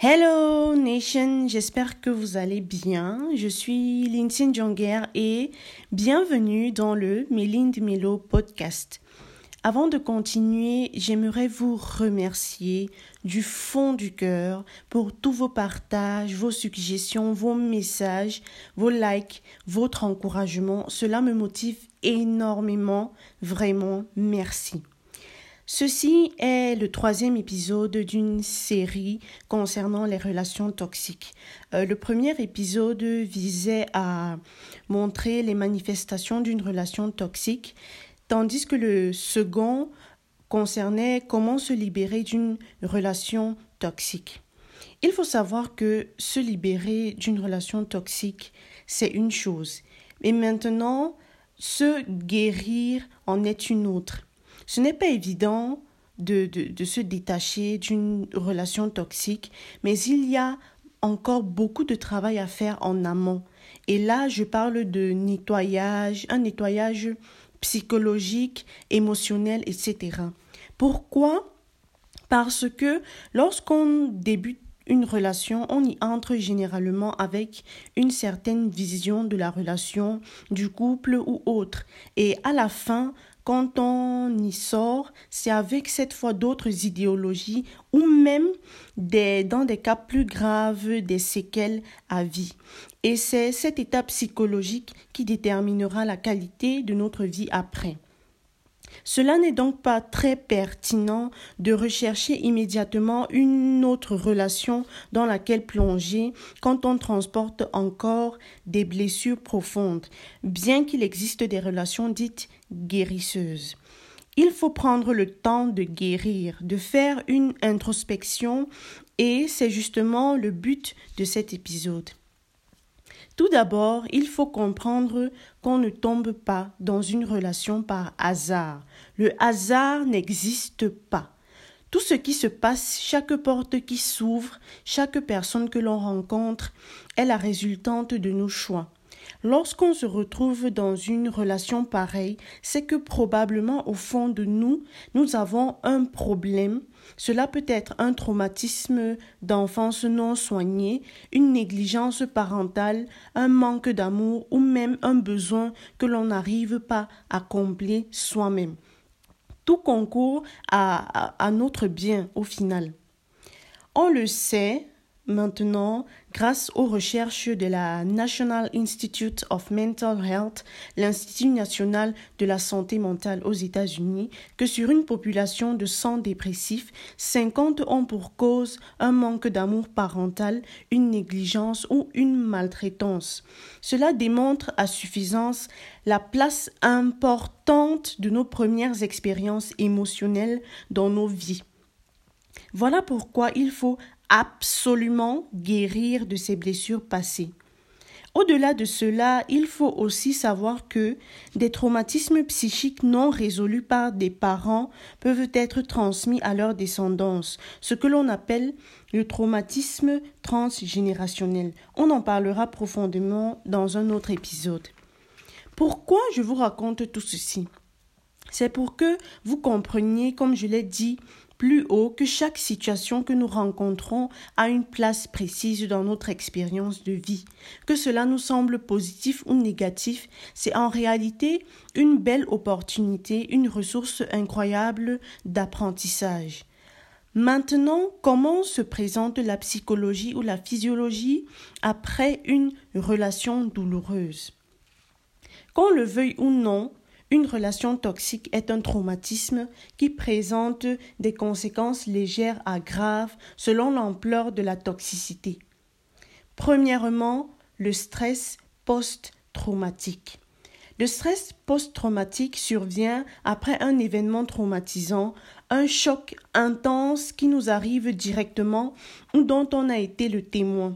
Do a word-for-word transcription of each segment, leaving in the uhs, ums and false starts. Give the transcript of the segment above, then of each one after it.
Hello Nation, j'espère que vous allez bien. Je suis Lindsay Jonger et bienvenue dans le Méline Melo podcast. Avant de continuer, j'aimerais vous remercier du fond du cœur pour tous vos partages, vos suggestions, vos messages, vos likes, votre encouragement. Cela me motive énormément, vraiment merci. Ceci est le troisième épisode d'une série concernant les relations toxiques. Euh, le premier épisode visait à montrer les manifestations d'une relation toxique, tandis que le second concernait comment se libérer d'une relation toxique. Il faut savoir que se libérer d'une relation toxique, c'est une chose, et maintenant, se guérir en est une autre. Ce n'est pas évident de, de, de se détacher d'une relation toxique, mais il y a encore beaucoup de travail à faire en amont. Et là, je parle de nettoyage, un nettoyage psychologique, émotionnel, et cetera. Pourquoi ? Parce que lorsqu'on débute une relation, on y entre généralement avec une certaine vision de la relation, du couple ou autre. Et à la fin, quand on y sort, c'est avec cette fois d'autres idéologies ou même des, dans des cas plus graves, des séquelles à vie. Et c'est cette étape psychologique qui déterminera la qualité de notre vie après. Cela n'est donc pas très pertinent de rechercher immédiatement une autre relation dans laquelle plonger quand on transporte encore des blessures profondes, bien qu'il existe des relations dites guérisseuses. Il faut prendre le temps de guérir, de faire une introspection et c'est justement le but de cet épisode. Tout d'abord, il faut comprendre qu'on ne tombe pas dans une relation par hasard. Le hasard n'existe pas. Tout ce qui se passe, chaque porte qui s'ouvre, chaque personne que l'on rencontre est la résultante de nos choix. Lorsqu'on se retrouve dans une relation pareille, c'est que probablement au fond de nous, nous avons un problème. Cela peut être un traumatisme d'enfance non soigné, une négligence parentale, un manque d'amour ou même un besoin que l'on n'arrive pas à combler soi-même. Tout concourt à, à, à notre bien au final. On le sait maintenant grâce aux recherches de la National Institute of Mental Health, l'Institut national de la santé mentale aux États-Unis, que sur une population de cent dépressifs, cinquante ont pour cause un manque d'amour parental, une négligence ou une maltraitance. Cela démontre à suffisance la place importante de nos premières expériences émotionnelles dans nos vies. Voilà pourquoi il faut absolument guérir de ces blessures passées. Au-delà de cela, il faut aussi savoir que des traumatismes psychiques non résolus par des parents peuvent être transmis à leur descendance, ce que l'on appelle le traumatisme transgénérationnel. On en parlera profondément dans un autre épisode. Pourquoi je vous raconte tout ceci ? C'est pour que vous compreniez, comme je l'ai dit plus haut, que chaque situation que nous rencontrons a une place précise dans notre expérience de vie. Que cela nous semble positif ou négatif, c'est en réalité une belle opportunité, une ressource incroyable d'apprentissage. Maintenant, comment se présente la psychologie ou la physiologie après une relation douloureuse ? Qu'on le veuille ou non, une relation toxique est un traumatisme qui présente des conséquences légères à graves selon l'ampleur de la toxicité. Premièrement, le stress post-traumatique. Le stress post-traumatique survient après un événement traumatisant, un choc intense qui nous arrive directement ou dont on a été le témoin.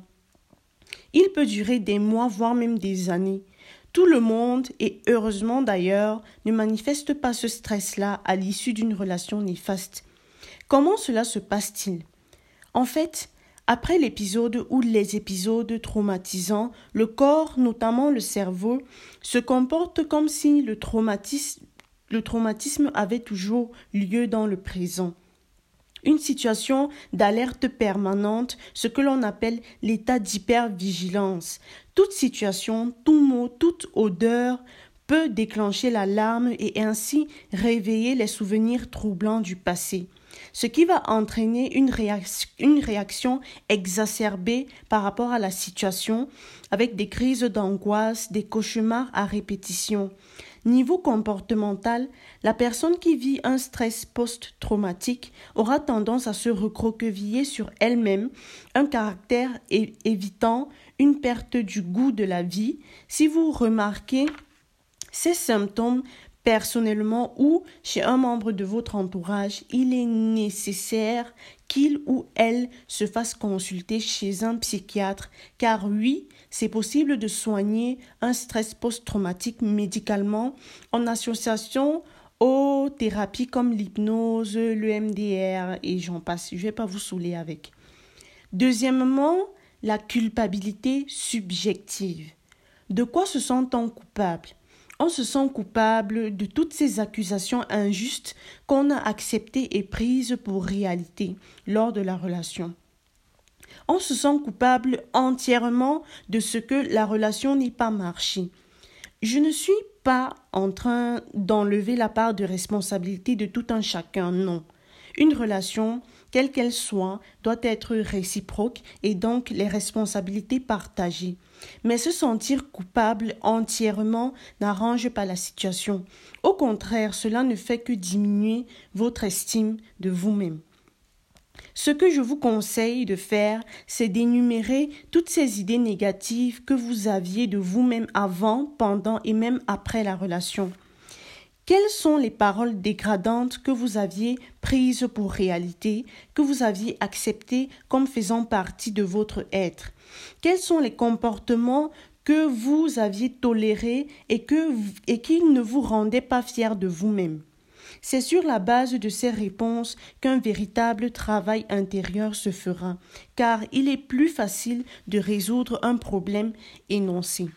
Il peut durer des mois, voire même des années. Tout le monde, et heureusement d'ailleurs, ne manifeste pas ce stress-là à l'issue d'une relation néfaste. Comment cela se passe-t-il ? En fait, après l'épisode ou les épisodes traumatisants, le corps, notamment le cerveau, se comporte comme si le traumatisme, le traumatisme avait toujours lieu dans le présent. une situation d'alerte permanente, ce que l'on appelle l'état d'hypervigilance. Toute situation, tout mot, toute odeur peut déclencher l'alarme et ainsi réveiller les souvenirs troublants du passé, ce qui va entraîner une réaction, une réaction exacerbée par rapport à la situation, avec des crises d'angoisse, des cauchemars à répétition. Niveau comportemental, la personne qui vit un stress post-traumatique aura tendance à se recroqueviller sur elle-même, un caractère é- évitant une perte du goût de la vie. Si vous remarquez ces symptômes personnellement ou chez un membre de votre entourage, il est nécessaire qu'il ou elle se fasse consulter chez un psychiatre, car oui, c'est possible de soigner un stress post-traumatique médicalement en association aux thérapies comme l'hypnose, le M D R et j'en passe. Je ne vais pas vous saouler avec. Deuxièmement, la culpabilité subjective. De quoi se sent-on coupable ? On se sent coupable de toutes ces accusations injustes qu'on a acceptées et prises pour réalité lors de la relation. On se sent coupable entièrement de ce que la relation n'ait pas marché. Je ne suis pas en train d'enlever la part de responsabilité de tout un chacun, non. Une relation, quelle qu'elle soit, doit être réciproque et donc les responsabilités partagées. Mais se sentir coupable entièrement n'arrange pas la situation. Au contraire, cela ne fait que diminuer votre estime de vous-même. Ce que je vous conseille de faire, c'est d'énumérer toutes ces idées négatives que vous aviez de vous-même avant, pendant et même après la relation. Quelles sont les paroles dégradantes que vous aviez prises pour réalité, que vous aviez acceptées comme faisant partie de votre être? Quels sont les comportements que vous aviez tolérés et, que, et qui ne vous rendaient pas fiers de vous-même? C'est sur la base de ces réponses qu'un véritable travail intérieur se fera, car il est plus facile de résoudre un problème énoncé.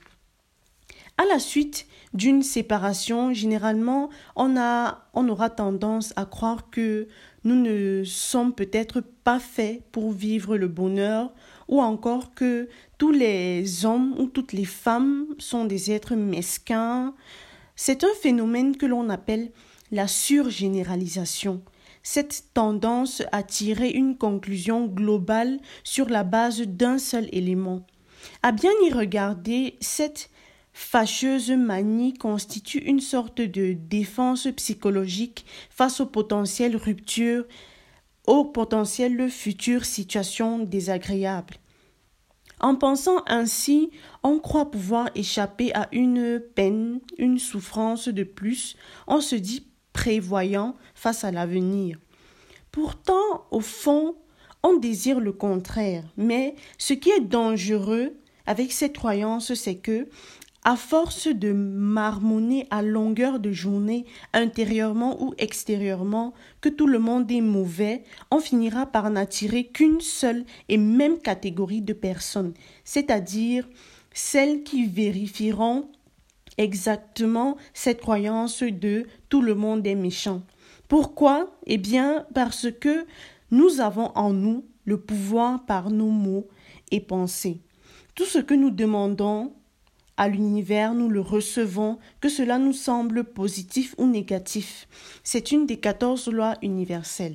À la suite d'une séparation, généralement, on, a, on aura tendance à croire que nous ne sommes peut-être pas faits pour vivre le bonheur ou encore que tous les hommes ou toutes les femmes sont des êtres mesquins. C'est un phénomène que l'on appelle la surgénéralisation. Cette tendance à tirer une conclusion globale sur la base d'un seul élément. À bien y regarder, cette fâcheuse manie constitue une sorte de défense psychologique face aux potentielles ruptures, aux potentielles futures situations désagréables. En pensant ainsi, on croit pouvoir échapper à une peine, une souffrance de plus, on se dit prévoyant face à l'avenir. Pourtant, au fond, on désire le contraire, mais ce qui est dangereux avec cette croyance, c'est que, à force de marmonner à longueur de journée, intérieurement ou extérieurement, que tout le monde est mauvais, on finira par n'attirer qu'une seule et même catégorie de personnes, c'est-à-dire celles qui vérifieront exactement cette croyance de « tout le monde est méchant ». Pourquoi ? Eh bien, parce que nous avons en nous le pouvoir par nos mots et pensées. Tout ce que nous demandons à l'univers, nous le recevons, que cela nous semble positif ou négatif. C'est une des quatorze lois universelles.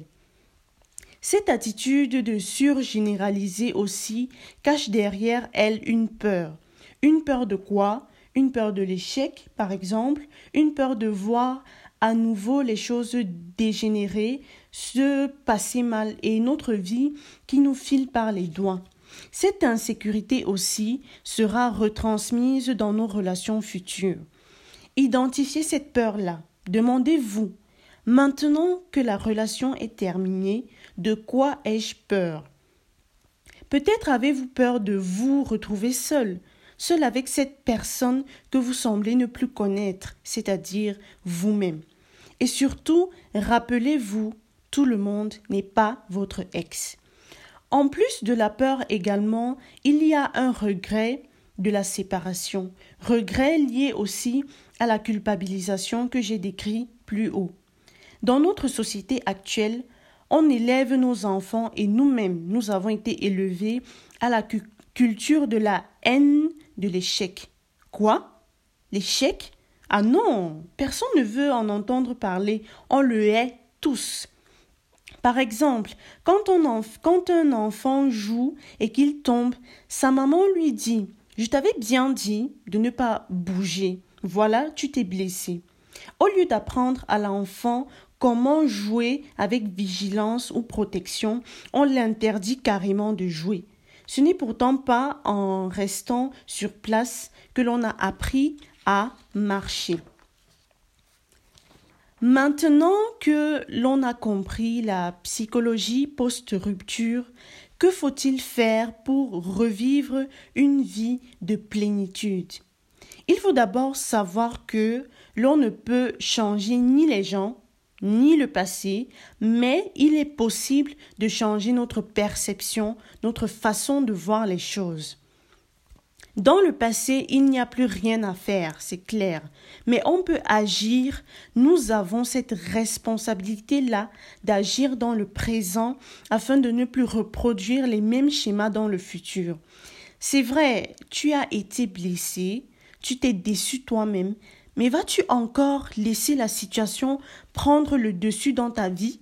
Cette attitude de surgénéraliser aussi cache derrière elle une peur. Une peur de quoi ? Une peur de l'échec, par exemple, une peur de voir à nouveau les choses dégénérer, se passer mal et notre vie qui nous file par les doigts. Cette insécurité aussi sera retransmise dans nos relations futures. Identifiez cette peur-là. Demandez-vous, maintenant que la relation est terminée, de quoi ai-je peur ? Peut-être avez-vous peur de vous retrouver seul, seul avec cette personne que vous semblez ne plus connaître, c'est-à-dire vous-même. Et surtout, rappelez-vous, tout le monde n'est pas votre ex. En plus de la peur également, il y a un regret de la séparation, regret lié aussi à la culpabilisation que j'ai décrit plus haut. Dans notre société actuelle, on élève nos enfants et nous-mêmes, nous avons été élevés à la cu- culture de la haine de l'échec. Quoi? L'échec? Ah non, personne ne veut en entendre parler, on le hait tous. Par exemple, quand, on enf- quand un enfant joue et qu'il tombe, sa maman lui dit « Je t'avais bien dit de ne pas bouger, voilà, tu t'es blessé ». Au lieu d'apprendre à l'enfant comment jouer avec vigilance ou protection, on l'interdit carrément de jouer. Ce n'est pourtant pas en restant sur place que l'on a appris à marcher. Maintenant que l'on a compris la psychologie post-rupture, que faut-il faire pour revivre une vie de plénitude? Il faut d'abord savoir que l'on ne peut changer ni les gens, ni le passé, mais il est possible de changer notre perception, notre façon de voir les choses. Dans le passé, il n'y a plus rien à faire, c'est clair, mais on peut agir. Nous avons cette responsabilité-là d'agir dans le présent afin de ne plus reproduire les mêmes schémas dans le futur. C'est vrai, tu as été blessé, tu t'es déçu toi-même, mais vas-tu encore laisser la situation prendre le dessus dans ta vie?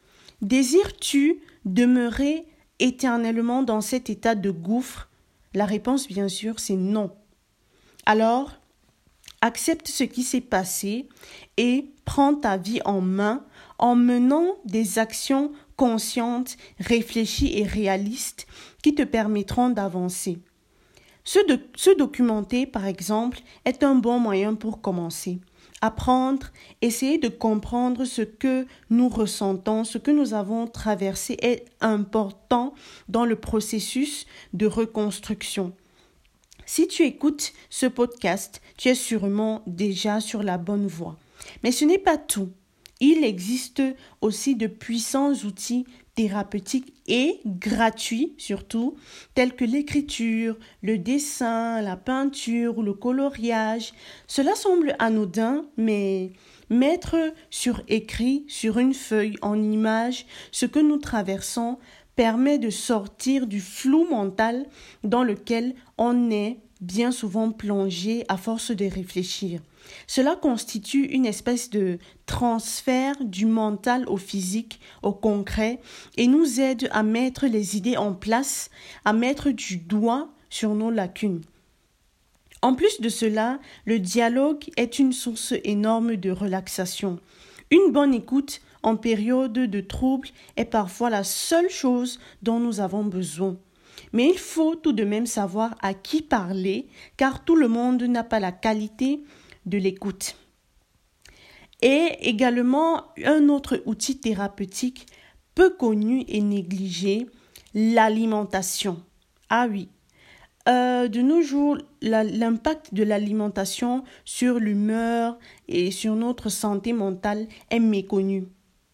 Désires-tu demeurer éternellement dans cet état de gouffre? La réponse, bien sûr, c'est non. Alors, accepte ce qui s'est passé et prends ta vie en main en menant des actions conscientes, réfléchies et réalistes qui te permettront d'avancer. Se, de, se documenter, par exemple, est un bon moyen pour commencer. Apprendre, essayer de comprendre ce que nous ressentons, ce que nous avons traversé est important dans le processus de reconstruction. Si tu écoutes ce podcast, tu es sûrement déjà sur la bonne voie. Mais ce n'est pas tout. Il existe aussi de puissants outils thérapeutiques et gratuits surtout, tels que l'écriture, le dessin, la peinture ou le coloriage. Cela semble anodin, mais mettre sur écrit, sur une feuille, en image, ce que nous traversons permet de sortir du flou mental dans lequel on est bien souvent plongé à force de réfléchir. Cela constitue une espèce de transfert du mental au physique, au concret, et nous aide à mettre les idées en place, à mettre du doigt sur nos lacunes. En plus de cela, le dialogue est une source énorme de relaxation. Une bonne écoute en période de trouble est parfois la seule chose dont nous avons besoin. Mais il faut tout de même savoir à qui parler, car tout le monde n'a pas la qualité de l'écoute. Et également, un autre outil thérapeutique peu connu et négligé, l'alimentation. Ah oui, euh, de nos jours, la, l'impact de l'alimentation sur l'humeur et sur notre santé mentale est méconnu.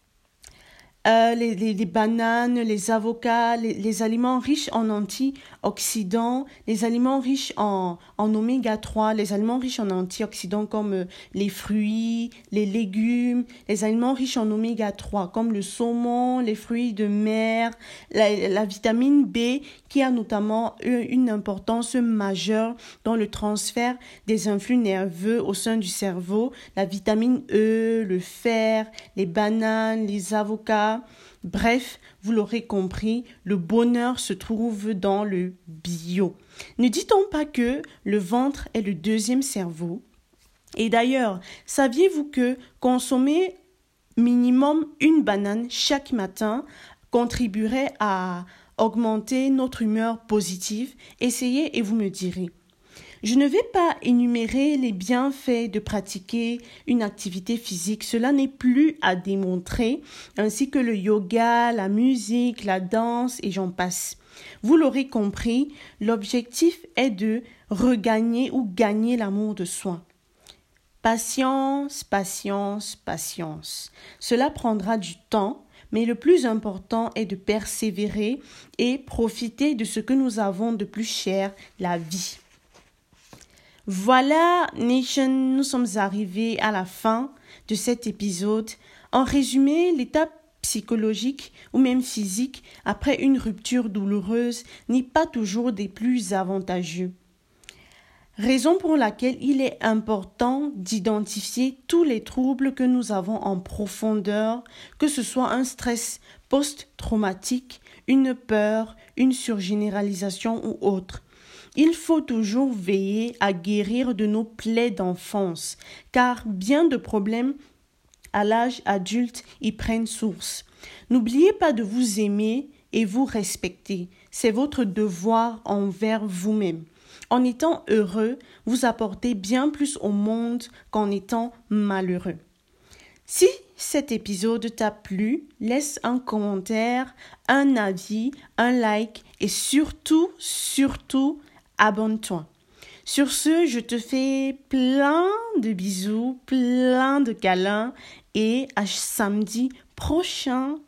Euh, les, les, les bananes, les avocats, les, les aliments riches en antioxydants, les aliments riches en, en oméga trois, les aliments riches en antioxydants comme euh, les fruits, les légumes, les aliments riches en oméga trois comme le saumon, les fruits de mer, la, la vitamine B qui a notamment une importance majeure dans le transfert des influx nerveux au sein du cerveau, la vitamine E, le fer, les bananes, les avocats. Bref, vous l'aurez compris, le bonheur se trouve dans le bio. Ne dit-on pas que le ventre est le deuxième cerveau? Et d'ailleurs, saviez-vous que consommer minimum une banane chaque matin contribuerait à augmenter notre humeur positive? Essayez et vous me direz. Je ne vais pas énumérer les bienfaits de pratiquer une activité physique, cela n'est plus à démontrer, ainsi que le yoga, la musique, la danse et j'en passe. Vous l'aurez compris, l'objectif est de regagner ou gagner l'amour de soi. Patience, patience, patience. Cela prendra du temps, mais le plus important est de persévérer et profiter de ce que nous avons de plus cher, la vie. Voilà, Nation, nous sommes arrivés à la fin de cet épisode. En résumé, l'étape psychologiques ou même physiques après une rupture douloureuse n'est pas toujours des plus avantageux. Raison pour laquelle il est important d'identifier tous les troubles que nous avons en profondeur, que ce soit un stress post-traumatique, une peur, une surgénéralisation ou autre. Il faut toujours veiller à guérir de nos plaies d'enfance, car bien de problèmes à l'âge adulte y prennent source. N'oubliez pas de vous aimer et vous respecter. C'est votre devoir envers vous-même. En étant heureux, vous apportez bien plus au monde qu'en étant malheureux. Si cet épisode t'a plu, laisse un commentaire, un avis, un like et surtout, surtout, abonne-toi. Sur ce, je te fais plein de bisous, plein de câlins et à samedi prochain.